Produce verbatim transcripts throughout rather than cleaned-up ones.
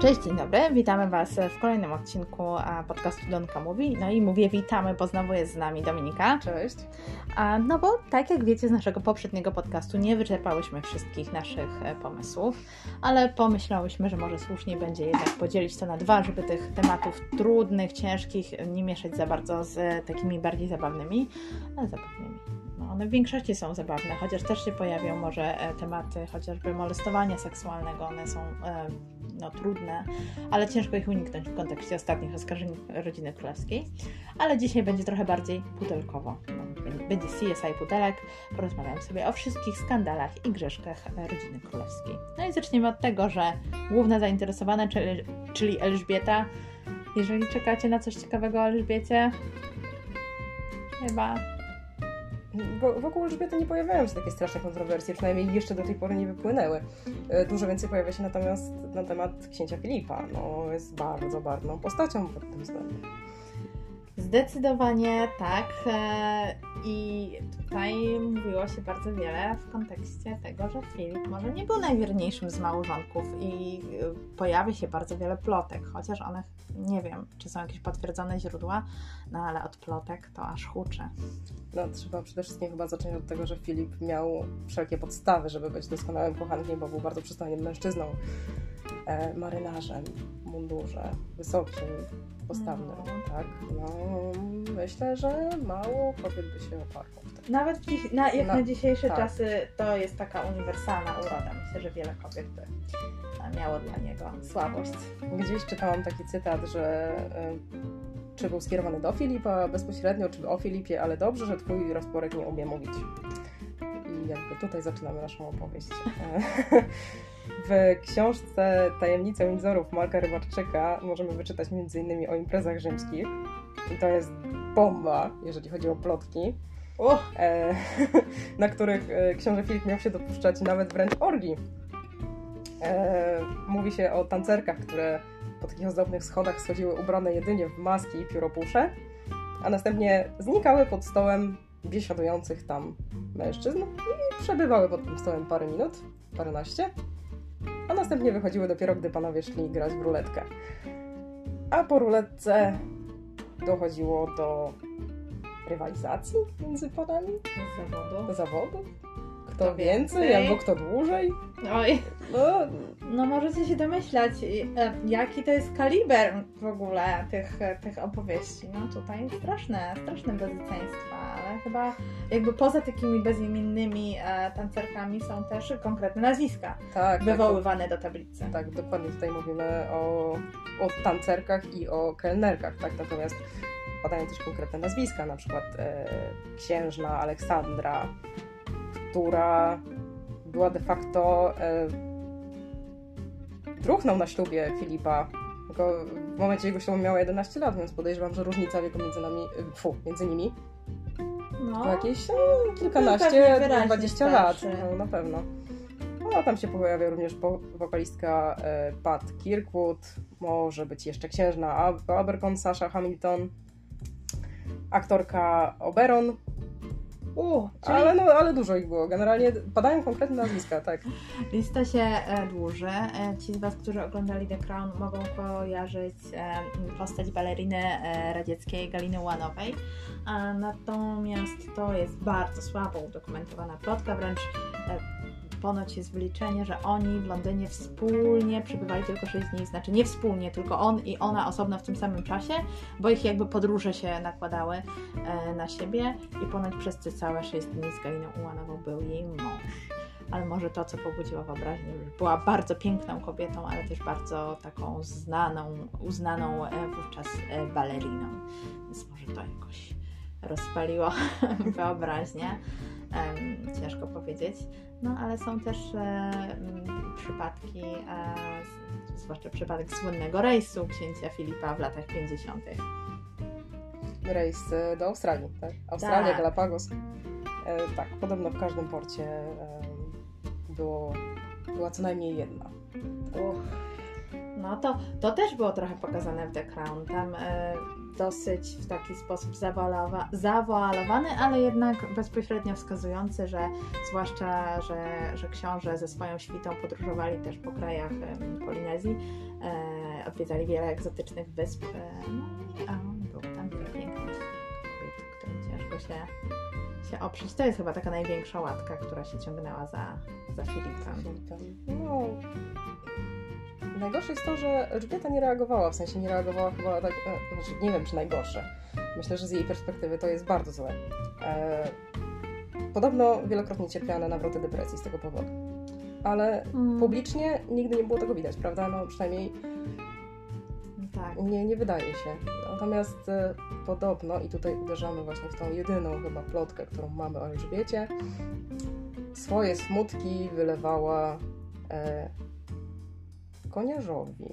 Cześć, dzień dobry, witamy Was w kolejnym odcinku podcastu Donka Mówi. No i mówię witamy, bo znowu jest z nami Dominika. Cześć. No bo tak jak wiecie z naszego poprzedniego podcastu nie wyczerpałyśmy wszystkich naszych pomysłów, ale pomyślałyśmy, że może słuszniej będzie jednak podzielić to na dwa, żeby tych tematów trudnych, ciężkich nie mieszać za bardzo z takimi bardziej zabawnymi, ale zabawnymi. No, one w większości są zabawne, chociaż też się pojawią może tematy chociażby molestowania seksualnego, one są no, trudne, ale ciężko ich uniknąć w kontekście ostatnich oskarżeń rodziny królewskiej. Ale dzisiaj będzie trochę bardziej pudelkowo. No, będzie C S I Pudelek, porozmawiamy sobie o wszystkich skandalach i grzeszkach rodziny królewskiej. No i zaczniemy od tego, że główna zainteresowana, czyli, czyli Elżbieta. Jeżeli czekacie na coś ciekawego o Elżbiecie, chyba... Bo wokół Elżbiety nie pojawiają się takie straszne kontrowersje, przynajmniej jeszcze do tej pory nie wypłynęły. Dużo więcej pojawia się natomiast na temat księcia Filipa. No, jest bardzo barwną postacią pod tym względem. Zdecydowanie tak. I tutaj mówiło się bardzo wiele w kontekście tego, że Filip może nie był najwierniejszym z małżonków i pojawi się bardzo wiele plotek, chociaż one, nie wiem, czy są jakieś potwierdzone źródła, no ale od plotek to aż huczy. No, trzeba przede wszystkim chyba zacząć od tego, że Filip miał wszelkie podstawy, żeby być doskonałym kochankiem, bo był bardzo przystojnym mężczyzną, e, marynarzem, w mundurze, wysokim, postawnym, no. tak? No, myślę, że mało kobiet by się oparło. Nawet dziś, na, jak na, na dzisiejsze tak. czasy to jest taka uniwersalna uroda. Myślę, że wiele kobiet by miało dla niego słabość. Gdzieś czytałam taki cytat, że y, czy był skierowany do Filipa bezpośrednio, czy o Filipie, ale dobrze, że twój rozporek nie umie mówić. I jakby tutaj zaczynamy naszą opowieść. W książce Tajemnice Windsorów Marka Rybarczyka możemy wyczytać między innymi o imprezach rzymskich. I to jest bomba, jeżeli chodzi o plotki, uh. e, na których książę Filip miał się dopuszczać nawet wręcz orgii. E, mówi się o tancerkach, które po takich ozdobnych schodach schodziły ubrane jedynie w maski i pióropusze, a następnie znikały pod stołem biesiadujących tam mężczyzn i przebywały pod tym stołem parę minut, paręnaście, a następnie wychodziły dopiero, gdy panowie szli grać w ruletkę. A po ruletce dochodziło do rywalizacji między panami. Zawodu. Zawodu. Kto, kto więcej, więcej, albo kto dłużej. Oj. No, no możecie się domyślać, jaki to jest kaliber w ogóle tych, tych opowieści. No tutaj straszne, straszne bezeceństwa, ale chyba jakby poza takimi bezimiennymi e, tancerkami są też konkretne nazwiska tak, wywoływane tak, do tablicy. Tak, dokładnie tutaj mówimy o, o tancerkach i o kelnerkach, tak, natomiast padają też konkretne nazwiska, na przykład e, księżna Aleksandra, która była de facto e, druchną na ślubie Filipa. Tylko w momencie jego ślubu miała jedenaście lat, więc podejrzewam, że różnica wieku między nami, fu, między nimi no, to jakieś no, kilkanaście, dwadzieścia lat, no, na pewno. No, tam się pojawia również wokalistka e, Pat Kirkwood, może być jeszcze księżna Abercon, Sasha Hamilton, aktorka Oberon. U, czyli... ale, no, ale dużo ich było. Generalnie padają konkretne nazwiska, tak. Lista się e, dłuży. E, ci z Was, którzy oglądali The Crown, mogą kojarzyć e, postać baleriny e, radzieckiej Galiny Ułanowej. A natomiast to jest bardzo słabo udokumentowana plotka, wręcz e, ponoć jest wyliczenie, że oni w Londynie wspólnie przebywali tylko sześć dni, znaczy nie wspólnie, tylko on i ona osobno w tym samym czasie, bo ich jakby podróże się nakładały e, na siebie i ponoć przez te całe sześć dni z Galiną Ułanową był jej mąż. Ale może to, co pobudziło wyobraźnię, była bardzo piękną kobietą, ale też bardzo taką znaną, uznaną wówczas baleriną. Więc może to jakoś rozpaliło wyobraźnię. Um, ciężko powiedzieć. No, ale są też e, przypadki, e, zwłaszcza przypadek słynnego rejsu księcia Filipa w latach pięćdziesiątych. Rejs do Australii, tak? Australia, tak. Galapagos. E, tak, podobno w każdym porcie e, było, była co najmniej jedna. Uch. No to, to też było trochę pokazane w The Crown. Tam e, dosyć w taki sposób zawoalowa, zawoalowany, ale jednak bezpośrednio wskazujący, że zwłaszcza, że, że książę ze swoją świtą podróżowali też po krajach e, Polinezji, e, odwiedzali wiele egzotycznych wysp. E, no i a, było tam wiele pięknych kobiet, którym ciężko się, się oprzeć. To jest chyba taka największa łatka, która się ciągnęła za, za Filipem. No... Najgorsze jest to, że Elżbieta nie reagowała, w sensie nie reagowała chyba tak, e, znaczy nie wiem czy najgorsze. Myślę, że z jej perspektywy to jest bardzo złe. E, podobno wielokrotnie cierpiała na nawroty depresji z tego powodu. Ale mm. publicznie nigdy nie było tego widać, prawda? No przynajmniej tak. nie, nie wydaje się. Natomiast e, podobno, i tutaj uderzamy właśnie w tą jedyną chyba plotkę, którą mamy o Elżbiecie, swoje smutki wylewała e, koniarzowi,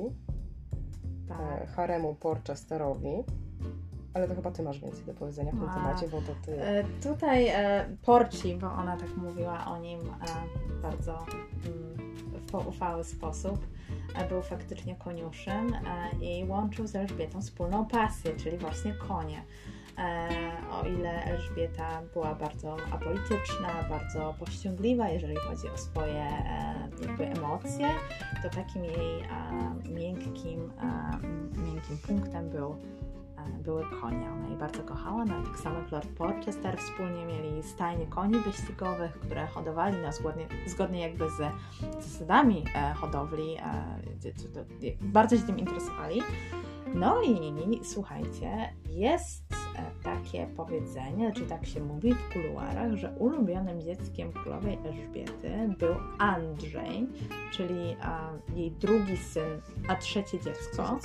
tak. e, haremu Porchesterowi, ale to chyba ty masz więcej do powiedzenia w tym A, temacie, bo to ty... E, tutaj e, Porci, bo ona tak mówiła o nim e, bardzo mm, w poufały sposób, e, był faktycznie koniuszym e, i łączył z Elżbietą wspólną pasję, czyli właśnie konie. E, o ile Elżbieta była bardzo apolityczna, bardzo powściągliwa, jeżeli chodzi o swoje e, jakby emocje, to takim jej e, miękkim, e, miękkim punktem był, e, były konie. Ona je bardzo kochała, no tak samo jak Lord Porchester. Wspólnie mieli stajnie koni wyścigowych, które hodowali no, zgodnie, zgodnie jakby z zasadami e, hodowli. E, bardzo się tym interesowali. No i słuchajcie, jest takie powiedzenie, czy tak się mówi w kuluarach, że ulubionym dzieckiem królowej Elżbiety był Andrzej, czyli a, jej drugi syn, a trzecie dziecko.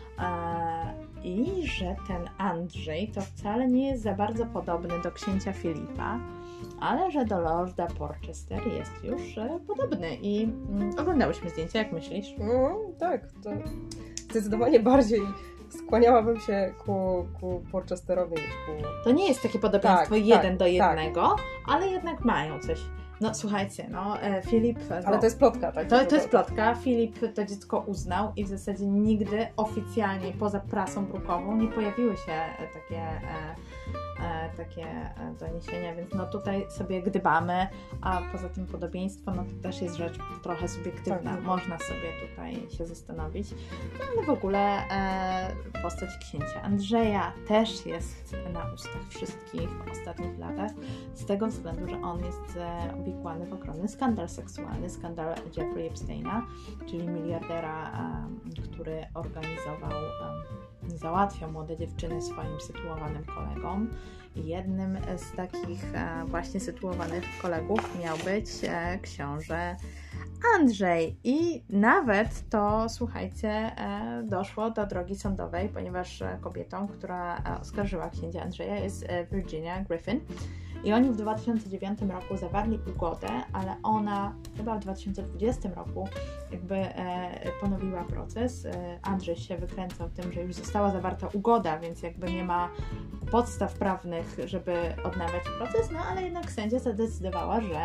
A, I że ten Andrzej to wcale nie jest za bardzo podobny do księcia Filipa, ale że do Lorda Porchester jest już e, podobny. I mm, oglądałyśmy zdjęcia, jak myślisz? No, tak, to zdecydowanie bardziej skłaniałabym się ku, ku Porchesterowi niż ku... To nie jest takie podobieństwo tak, jeden tak, do jednego, tak. ale jednak mają coś. No słuchajcie, no e, Filip... Ale no, to jest plotka, tak? To, to jest plotka. Filip to dziecko uznał i w zasadzie nigdy oficjalnie poza prasą brukową nie pojawiły się takie... E, E, takie e, doniesienia, więc no tutaj sobie gdybamy, a poza tym podobieństwo, no to też jest rzecz trochę subiektywna, tak, można sobie tutaj się zastanowić, no ale w ogóle e, postać księcia Andrzeja też jest na ustach wszystkich w ostatnich latach, z tego względu, że on jest e, uwikłany w ogromny skandal seksualny, skandal Jeffrey Epsteina, czyli miliardera, e, który organizował e, załatwiał młode dziewczyny swoim sytuowanym kolegom. I jednym z takich e, właśnie sytuowanych kolegów miał być e, książę Andrzej. I nawet to, słuchajcie, e, doszło do drogi sądowej, ponieważ kobietą, która oskarżyła księcia Andrzeja, jest Virginia Griffin. I oni w dwa tysiące dziewiątym roku zawarli ugodę, ale ona chyba w dwa tysiące dwudziestym roku jakby e, ponowiła proces. E, Andrzej się wykręcał tym, że już została zawarta ugoda, więc jakby nie ma podstaw prawnych, żeby odnawiać proces, no ale jednak sędzia zadecydowała, że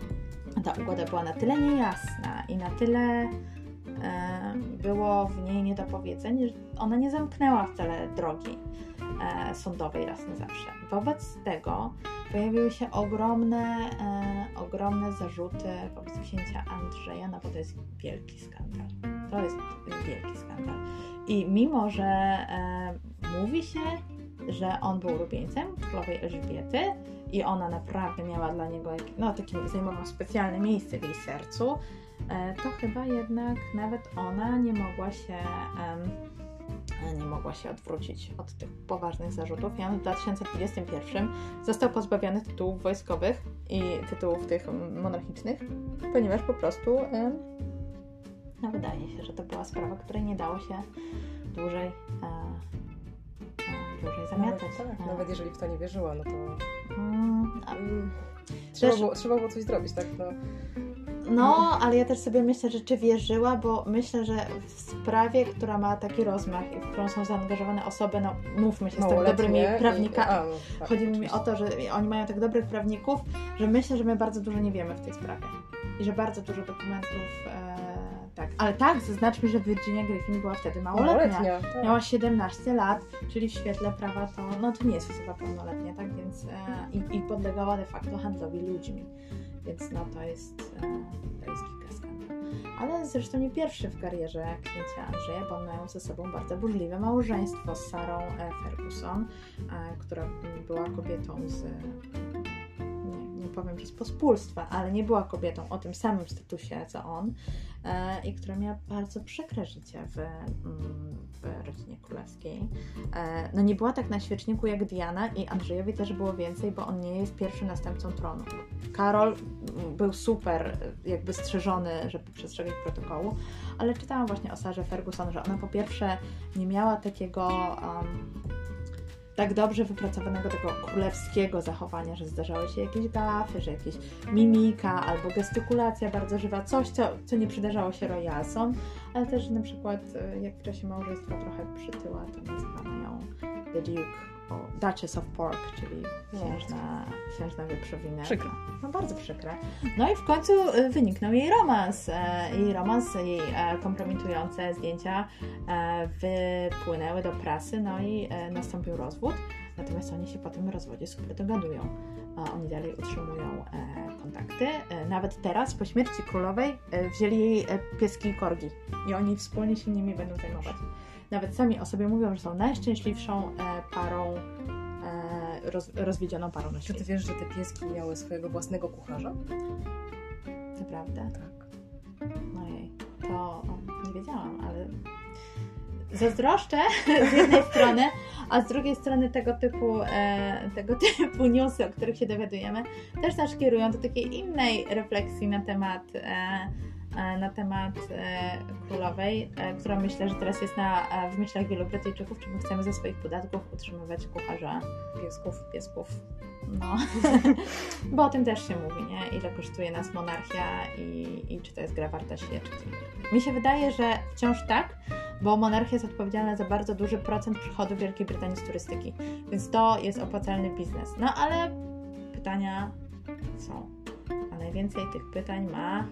ta ugoda była na tyle niejasna i na tyle e, było w niej niedopowiedzeń, że ona nie zamknęła wcale drogi e, sądowej raz na zawsze. Wobec tego pojawiły się ogromne, e, ogromne zarzuty wobec księcia Andrzeja, no bo to jest wielki skandal. To jest wielki skandal. I mimo, że e, mówi się, że on był ulubieńcem królowej Elżbiety i ona naprawdę miała dla niego, no takim zajmował specjalne miejsce w jej sercu, e, to chyba jednak nawet ona nie mogła się e, nie mogła się odwrócić od tych poważnych zarzutów. I on w dwa tysiące dwudziestym pierwszym został pozbawiony tytułów wojskowych i tytułów tych monarchicznych, ponieważ po prostu e, no wydaje się, że to była sprawa, której nie dało się dłużej e, dłużej zamiatać. Nawet, tak, nawet jeżeli w to nie wierzyła, no to mm, a, trzeba, też, było, trzeba było coś zrobić, tak? No. no, ale ja też sobie myślę, że czy wierzyła, bo myślę, że w sprawie, która ma taki rozmach i w którą są zaangażowane osoby, no mówmy się z tak dobrymi prawnikami. No, tak, Chodzi mi o to, że oni mają tak dobrych prawników, że myślę, że my bardzo dużo nie wiemy w tej sprawie. I że bardzo dużo dokumentów e, tak. Ale tak, zaznaczmy, że Virginia Griffin była wtedy małoletnia. Małoletnia, tak. Miała siedemnaście lat, czyli w świetle prawa to, no to nie jest osoba pełnoletnia, tak? Więc e, i, i podlegała de facto handlowi ludźmi. Więc no to jest, e, to jest giga skandal. Ale zresztą nie pierwszy w karierze księcia Andrzeja, bo on miał ze sobą bardzo burzliwe małżeństwo z Sarą e, Ferguson, e, która była kobietą z... nie powiem, że z pospólstwa, ale nie była kobietą o tym samym statusie co on e, i która miała bardzo przykre życie w, w rodzinie królewskiej. E, no nie była tak na świeczniku jak Diana i Andrzejowi też było więcej, bo on nie jest pierwszym następcą tronu. Karol był super jakby strzeżony, żeby przestrzegać protokołu, ale czytałam właśnie o Sarze Ferguson, że ona po pierwsze nie miała takiego um, tak dobrze wypracowanego tego królewskiego zachowania, że zdarzały się jakieś gafy, że jakieś mimika albo gestykulacja bardzo żywa, coś, co, co nie przydarzało się royalsom, ale też na przykład jak w czasie małżeństwa trochę przytyła, to nazywano ją The Duke, o Duchess of Pork, czyli księżna, księżna wieprzowina. Przykre. No bardzo przykre. No i w końcu wyniknął jej romans. Jej romans, jej kompromitujące zdjęcia wypłynęły do prasy, no i nastąpił rozwód. Natomiast oni się po tym rozwodzie super dogadują. Oni dalej utrzymują kontakty. Nawet teraz, po śmierci królowej, wzięli jej pieski i korgi. I oni wspólnie się nimi będą zajmować. Nawet sami o sobie mówią, że są najszczęśliwszą e, parą, e, roz, rozwiedzioną parą na Czy świecie. ty wiesz, że te pieski miały swojego własnego kucharza? Naprawdę? Tak. Ojej, to o, nie wiedziałam, ale zazdroszczę z jednej strony, a z drugiej strony tego typu, e, tego typu newsy, o których się dowiadujemy, też nas kierują do takiej innej refleksji na temat e, na temat e, królowej, e, która myślę, że teraz jest na, e, w myślach wielu Brytyjczyków, czy my chcemy ze swoich podatków utrzymywać kucharza piesków, piesków. No, bo o tym też się mówi, nie? Ile kosztuje nas monarchia i, i czy to jest gra warta świeczki. Mi się wydaje, że wciąż tak, bo monarchia jest odpowiedzialna za bardzo duży procent przychodów Wielkiej Brytanii z turystyki, więc to jest opłacalny biznes. No ale pytania są, a najwięcej tych pytań ma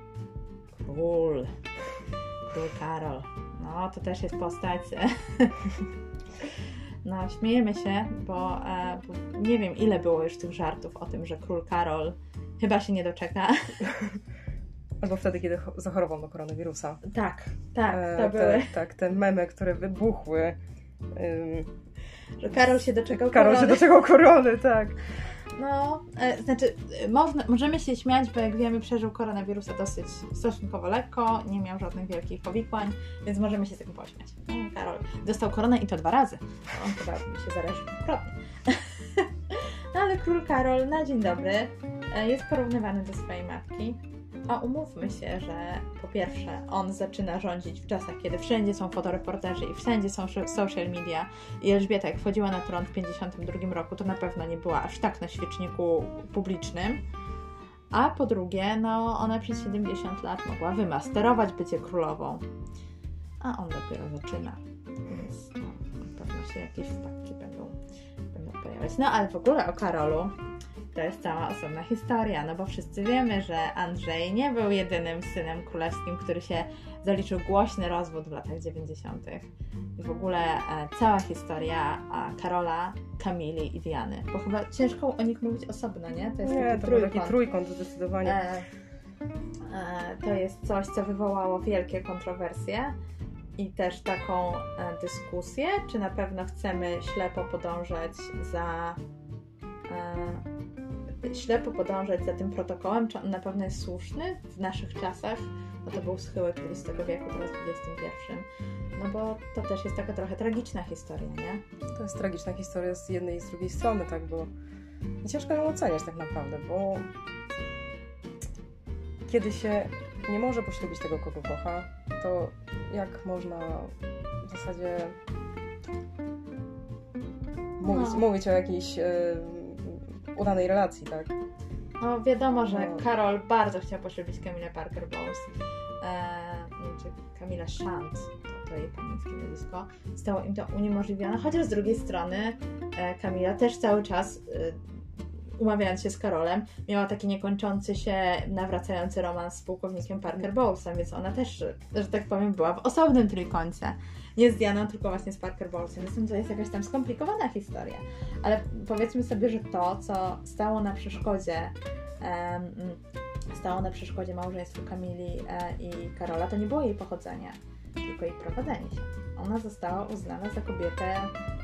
Król. Król Karol. No, to też jest postać. No, śmiejemy się, bo, e, bo nie wiem, ile było już tych żartów o tym, że Król Karol chyba się nie doczeka. Albo wtedy, kiedy zachorował na koronawirusa. Tak, tak, to e, były. Te, tak, te memy, które wybuchły. Ym, że Karol się doczekał Karol korony. się doczekał korony, tak. No, e, znaczy, można, możemy się śmiać, bo jak wiemy, przeżył koronawirusa dosyć stosunkowo lekko, nie miał żadnych wielkich powikłań, więc możemy się z tego pośmiać. No, Karol dostał koronę i to dwa razy. On chyba mi się zaraził dwukrotnie. No ale król Karol na dzień dobry e, jest porównywany do swojej matki. A umówmy się, że po pierwsze on zaczyna rządzić w czasach, kiedy wszędzie są fotoreporterzy i wszędzie są social media i Elżbieta jak wchodziła na tron w pięćdziesiątym drugim roku, to na pewno nie była aż tak na świeczniku publicznym. A po drugie, no ona przez siedemdziesiąt lat mogła wymasterować bycie królową. A on dopiero zaczyna. Więc no, na pewno się jakieś wpadki będą, będą pojawiać. No ale w ogóle o Karolu to jest cała osobna historia, no bo wszyscy wiemy, że Andrzej nie był jedynym synem królewskim, który się zaliczył głośny rozwód w latach dziewięćdziesiątych. I w ogóle e, cała historia e, Karola, Kamili i Diany, bo chyba ciężko o nich mówić osobno, nie? To jest nie, taki to trójkąt. był taki trójkąt zdecydowanie. E, e, to jest coś, co wywołało wielkie kontrowersje i też taką e, dyskusję, czy na pewno chcemy ślepo podążać za e, ślepo podążać za tym protokołem, czy on na pewno jest słuszny w naszych czasach, bo to był schyłek dwudziestego wieku, teraz dwudziestym pierwszym. No bo to też jest taka trochę tragiczna historia, nie? To jest tragiczna historia z jednej i z drugiej strony, tak, bo i ciężko ją oceniać tak naprawdę, bo kiedy się nie może poślubić tego, kogo kocha, to jak można w zasadzie mówić, No. mówić o jakiejś e, udanej relacji, tak? No wiadomo, że No. Karol bardzo chciał poślubić Camillę Parker Bowles, eee, czy Camilla Shand, to, to jej pamiętne nazwisko. Zostało im to uniemożliwione, chociaż z drugiej strony e, Camilla też cały czas umawiając się z Karolem, miała taki niekończący się, nawracający romans z pułkownikiem Parker Bowlesem, więc ona też, że tak powiem, była w osobnym trójkącie. Nie z Dianą, tylko właśnie z Parker Bowlesem, więc to jest jakaś tam skomplikowana historia. Ale powiedzmy sobie, że to, co stało na przeszkodzie um, stało na przeszkodzie małżeństwu Kamili e, i Karola, to nie było jej pochodzenie, tylko jej prowadzenie się. Ona została uznana za kobietę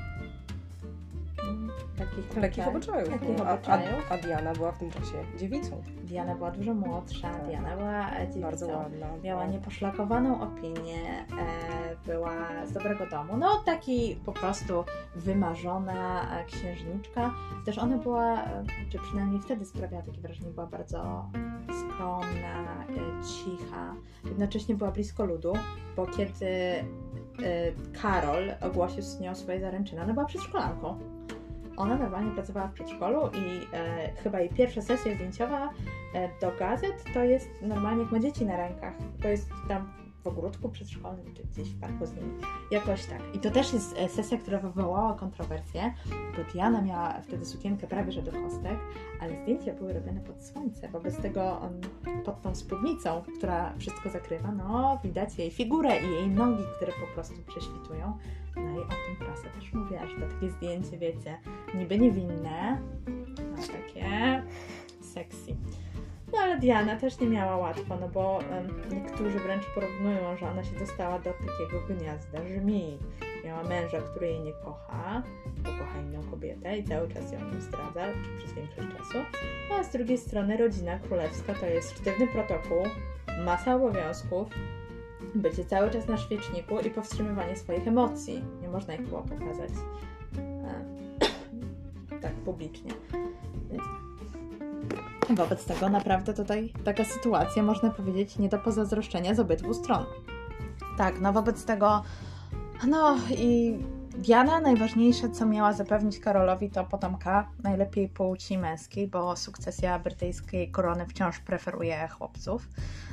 takich lekkich obyczajów. Lekkich a, obyczajów. A, a Diana była w tym czasie dziewicą. Diana była dużo młodsza, Tak. Diana była dziewicą. Bardzo ładna. Miała nieposzlakowaną opinię, e, była z dobrego domu. No taki po prostu wymarzona e, księżniczka. Też ona była, e, czy przynajmniej wtedy sprawiała takie wrażenie, była bardzo skromna, e, cicha. Jednocześnie była blisko ludu, bo kiedy e, Karol ogłosił z nią swoje zaręczyny, ona była przedszkolanką. Ona normalnie pracowała w przedszkolu i e, chyba jej pierwsza sesja zdjęciowa e, do gazet to jest normalnie jak ma dzieci na rękach. To jest tam w ogródku przedszkolnym, czy gdzieś w parku z nimi. Jakoś tak. I to też jest sesja, która wywołała kontrowersję, bo Diana miała wtedy sukienkę prawie że do kostek, ale zdjęcia były robione pod słońce. Wobec tego on, pod tą spódnicą, która wszystko zakrywa, no widać jej figurę i jej nogi, które po prostu prześwitują. No i o tym prasa też mówiła, że to takie zdjęcie, wiecie, niby niewinne, a takie sexy. No ale Diana też nie miała łatwo, no bo um, niektórzy wręcz porównują, że ona się dostała do takiego gniazda żmii. Miała męża, który jej nie kocha, bo kocha inną kobietę i cały czas ją nim zdradza, czy przez większość czasu. No a z drugiej strony rodzina królewska to jest sztywny protokół, masa obowiązków, bycie cały czas na świeczniku i powstrzymywanie swoich emocji. Nie można ich było pokazać e, tak publicznie. Więc wobec tego naprawdę tutaj taka sytuacja, można powiedzieć, nie do pozazdroszczenia z obydwu stron. Tak, no wobec tego, no i Diana najważniejsze, co miała zapewnić Karolowi, to potomka najlepiej płci męskiej, bo sukcesja brytyjskiej korony wciąż preferuje chłopców.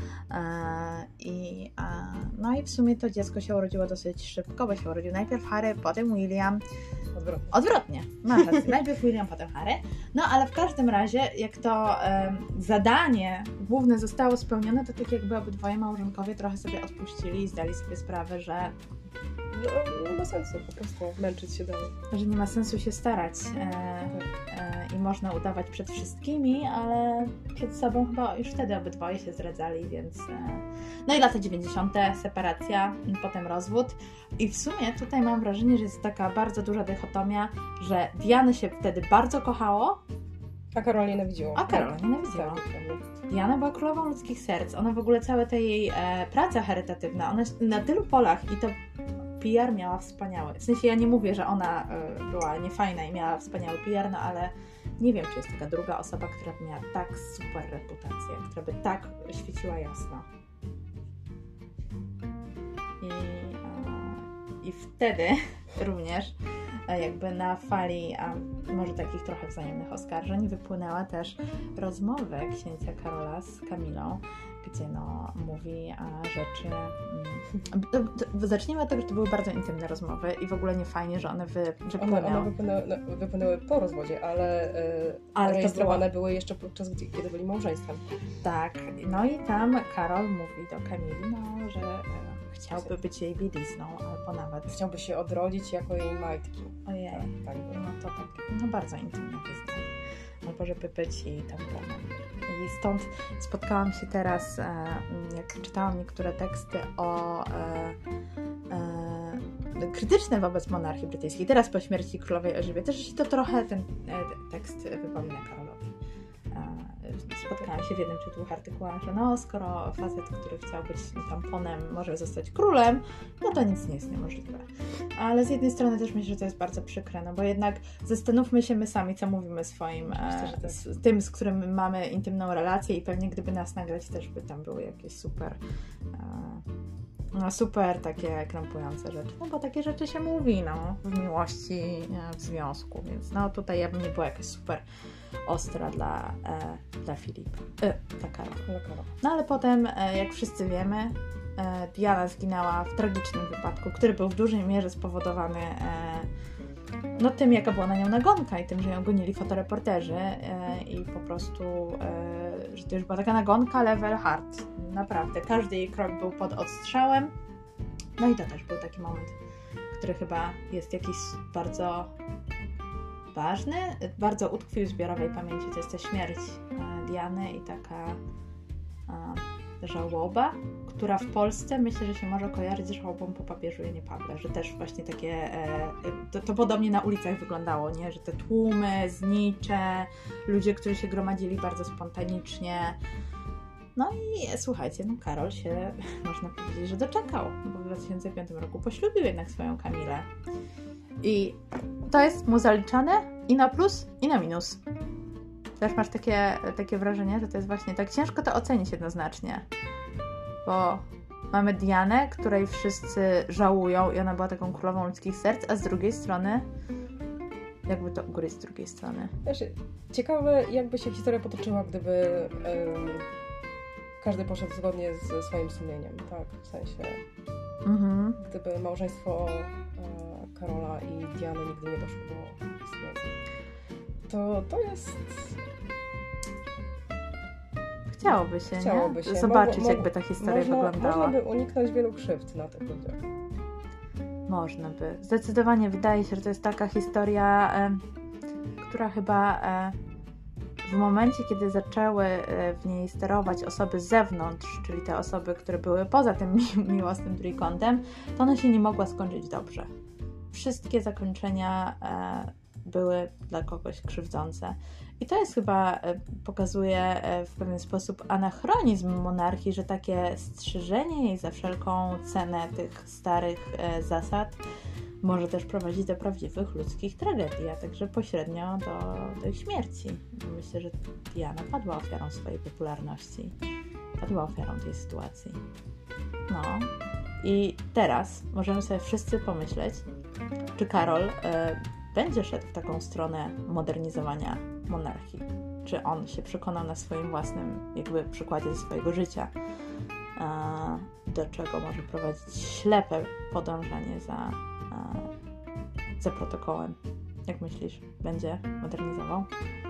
I, no i w sumie to dziecko się urodziło dosyć szybko, bo się urodził najpierw Harry, potem William. Odwrotnie. Odwrotnie, masz rację. Najpierw William, potem Harry. No ale w każdym razie, jak to um, zadanie główne zostało spełnione, to tak jakby obydwoje małżonkowie trochę sobie odpuścili i zdali sobie sprawę, że No, nie ma sensu po prostu męczyć się dalej. że nie ma sensu się starać e, e, i można udawać przed wszystkimi, ale przed sobą chyba już wtedy obydwoje się zdradzali, więc e, no i lata dziewięćdziesiąte, separacja, potem rozwód i w sumie tutaj mam wrażenie, że jest taka bardzo duża dychotomia, że Diany się wtedy bardzo kochało, a Karol nienawidziło. A Karol nienawidziło. Diana była królową ludzkich serc, ona w ogóle cała ta jej e, praca charytatywna, ona na tylu polach i to P R miała wspaniały. W sensie ja nie mówię, że ona y, była niefajna i miała wspaniały P R, no ale nie wiem, czy jest taka druga osoba, która by miała tak super reputację, która by tak świeciła jasno. I, y, i wtedy również y, jakby na fali y, może takich trochę wzajemnych oskarżeń wypłynęła też rozmowa księcia Karola z Kamilą, gdzie no, mówi a, rzeczy... Mm, zacznijmy od tego, że to były bardzo intymne rozmowy i w ogóle nie fajnie, że one wy, wypłynęły. One, one wypłynęły, no, wypłynęły po rozwodzie, ale, yy, ale rejestrowane było... były jeszcze podczas, kiedy byli małżeństwem. Tak, no i tam Karol mówi do Kamili, no, że yy, chciałby być jej bielizną, albo nawet... Chciałby się odrodzić jako jej majtki. Ojej, tak, tak, no to tak, no bardzo intymne wyznanie. Albo żeby być jej tamponem. I stąd spotkałam się teraz, jak czytałam niektóre teksty o e, e, krytyczne wobec monarchii brytyjskiej, teraz po śmierci królowej Elżbiety, że się to trochę ten e, tekst wypomina Karolowi. E, spotkałam się w jednym czy dwóch artykułach, że no, skoro facet, który chciał być tamponem, może zostać królem, no to nic nie jest niemożliwe. Ale z jednej strony też myślę, że to jest bardzo przykre, no bo jednak zastanówmy się my sami, co mówimy swoim, Myślę, e, z tym, z którym mamy intymną relację i pewnie gdyby nas nagrać, też by tam były jakieś super e, no super takie krępujące rzeczy, no bo takie rzeczy się mówi, no, w miłości, e, w związku, więc no tutaj ja bym nie była jakaś super ostra dla, e, dla Filipa, e, dla Karola. No ale potem, e, jak wszyscy wiemy, e, Diana zginęła w tragicznym wypadku, który był w dużej mierze spowodowany e, no tym, jaka była na nią nagonka i tym, że ją gonili fotoreporterzy e, i po prostu, e, że to już była taka nagonka level hard. Naprawdę. Każdy jej krok był pod odstrzałem. No i to też był taki moment, który chyba jest jakiś bardzo ważny, bardzo utkwił w zbiorowej pamięci. To jest ta śmierć e, Diany i taka e, żałoba, która w Polsce myślę, że się może kojarzyć z żałobą po papieżu Janie Pawle, że też właśnie takie, e, to, to podobnie na ulicach wyglądało, nie? Że te tłumy, znicze, ludzie, którzy się gromadzili bardzo spontanicznie. No i słuchajcie, no Karol się, można powiedzieć, że doczekał, bo w dwa tysiące piątym roku poślubił jednak swoją Kamilę. I to jest mu zaliczane i na plus, i na minus. Też masz takie, takie wrażenie, że to jest właśnie tak ciężko to ocenić jednoznacznie. Bo mamy Dianę, której wszyscy żałują i ona była taką królową ludzkich serc, a z drugiej strony, jakby to ugryźć z drugiej strony. Wiesz, ciekawe jakby się historia potoczyła, gdyby um, każdy poszedł zgodnie ze swoim sumieniem, tak? W sensie, mhm. gdyby małżeństwo e, Karola i Diany nigdy nie doszło do istnienia. To, to jest... Chciałoby się, Chciałoby nie? się. Zobaczyć, Mo- jakby ta historia można, wyglądała. Można by uniknąć wielu krzywd na tych ludziach. Można by. Zdecydowanie wydaje się, że to jest taka historia, e, która chyba e, w momencie, kiedy zaczęły e, w niej sterować osoby z zewnątrz, czyli te osoby, które były poza tym mi- miłosnym trójkątem, to ona się nie mogła skończyć dobrze. Wszystkie zakończenia e, były dla kogoś krzywdzące. I to jest chyba, pokazuje w pewien sposób anachronizm monarchii, że takie strzeżenie jej za wszelką cenę tych starych zasad może też prowadzić do prawdziwych ludzkich tragedii, a także pośrednio do, do ich śmierci. Myślę, że Diana padła ofiarą swojej popularności. Padła ofiarą tej sytuacji. No i teraz możemy sobie wszyscy pomyśleć, czy Karol y, będzie szedł w taką stronę modernizowania monarchii. Czy on się przekonał na swoim własnym jakby przykładzie ze swojego życia, do czego może prowadzić ślepe podążanie za, za protokołem. Jak myślisz, będzie modernizował?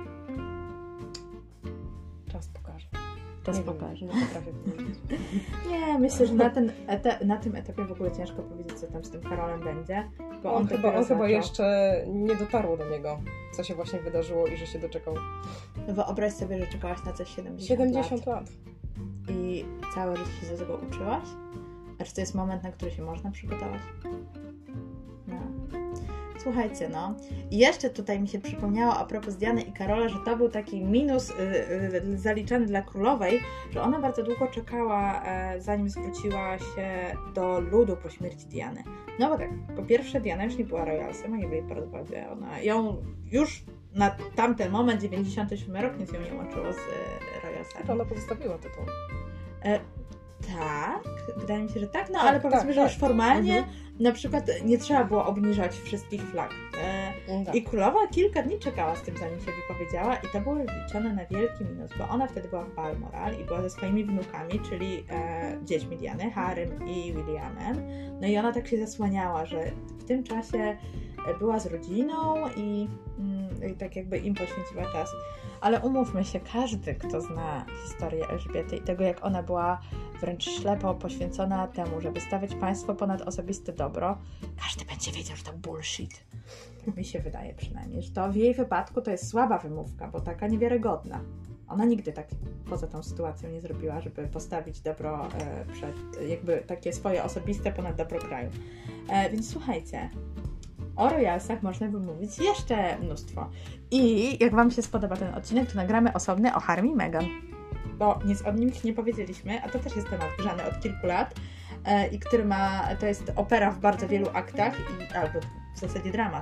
Czas pokaże. Czas nie pokaże. Wiem, nie potrafię powiedzieć. Nie, myślę, że na, ten eta- na tym etapie w ogóle ciężko powiedzieć, co tam z tym Karolem będzie. Bo on, on, chyba, on chyba zaczął. jeszcze nie dotarło do niego, co się właśnie wydarzyło i że się doczekał. Wyobraź sobie, że czekałaś na coś siedemdziesiąt, siedemdziesiąt lat. lat. I całe życie się do tego uczyłaś? A czy to jest moment, na który się można przygotować? No. Słuchajcie, no. I jeszcze tutaj mi się przypomniało a propos Diany i Karola, że to był taki minus yy, yy, zaliczany dla królowej, że ona bardzo długo czekała, yy, zanim zwróciła się do ludu po śmierci Diany. No bo tak, po pierwsze Diana już nie była royalsem, a nie byli porozmawiała. Ona ją już na tamten moment, dziewięćdziesiąty siódmy rok, nic ją nie łączyło z yy, royalsami. To ona pozostawiła tytuł. E, tak, wydaje mi się, że tak, no tak, ale powiedzmy, tak, że tak. już formalnie mhm. na przykład nie trzeba było obniżać wszystkich flag. E, tak. I królowa kilka dni czekała z tym, zanim się wypowiedziała i to było liczone na wielki minus, bo ona wtedy była w Balmoral i była ze swoimi wnukami, czyli e, dziećmi Diany, Harrym i Williamem. No i ona tak się zasłaniała, że w tym czasie była z rodziną i, mm, i tak jakby im poświęciła czas. Ale umówmy się, każdy, kto zna historię Elżbiety i tego, jak ona była wręcz ślepo poświęcona temu, żeby stawiać państwo ponad osobiste dobro, każdy będzie wiedział, że to bullshit. Tak mi się wydaje przynajmniej, że to w jej wypadku to jest słaba wymówka, bo taka niewiarygodna. Ona nigdy tak poza tą sytuacją nie zrobiła, żeby postawić dobro e, przed, jakby takie swoje osobiste ponad dobro kraju. E, więc słuchajcie, o royalsach można by mówić jeszcze mnóstwo. I jak Wam się spodoba ten odcinek, to nagramy osobny o Harrym i Meghan. Bo nic o nim nie powiedzieliśmy, a to też jest temat grzany od kilku lat e, i który ma, to jest opera w bardzo wielu aktach, i, albo w zasadzie dramat.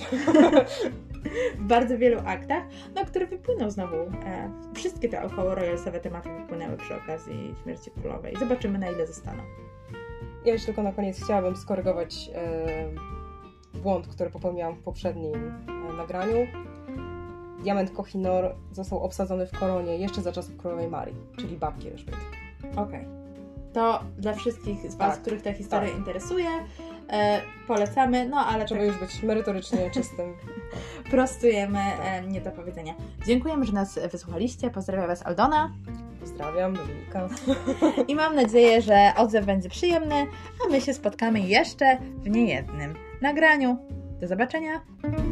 w bardzo wielu aktach, no który wypłynął znowu. E, wszystkie te około royalsowe tematy wypłynęły przy okazji śmierci królowej. Zobaczymy, na ile zostaną. Ja jeszcze tylko na koniec chciałabym skorygować e, błąd, który popełniłam w poprzednim e, nagraniu. Diament Koh-i-Noor został obsadzony w koronie jeszcze za czasów królowej Marii, czyli babki Elżbiety. Okej. Okay. To dla wszystkich z Was, tak, których ta historia tak. interesuje, E, polecamy, no ale Żeby tak już być merytorycznie czystym. prostujemy e, niedopowiedzenia. Dziękujemy, że nas wysłuchaliście. Pozdrawiam Was Aldona. Pozdrawiam, Dominika. I mam nadzieję, że odzew będzie przyjemny, a my się spotkamy jeszcze w niejednym nagraniu. Do zobaczenia!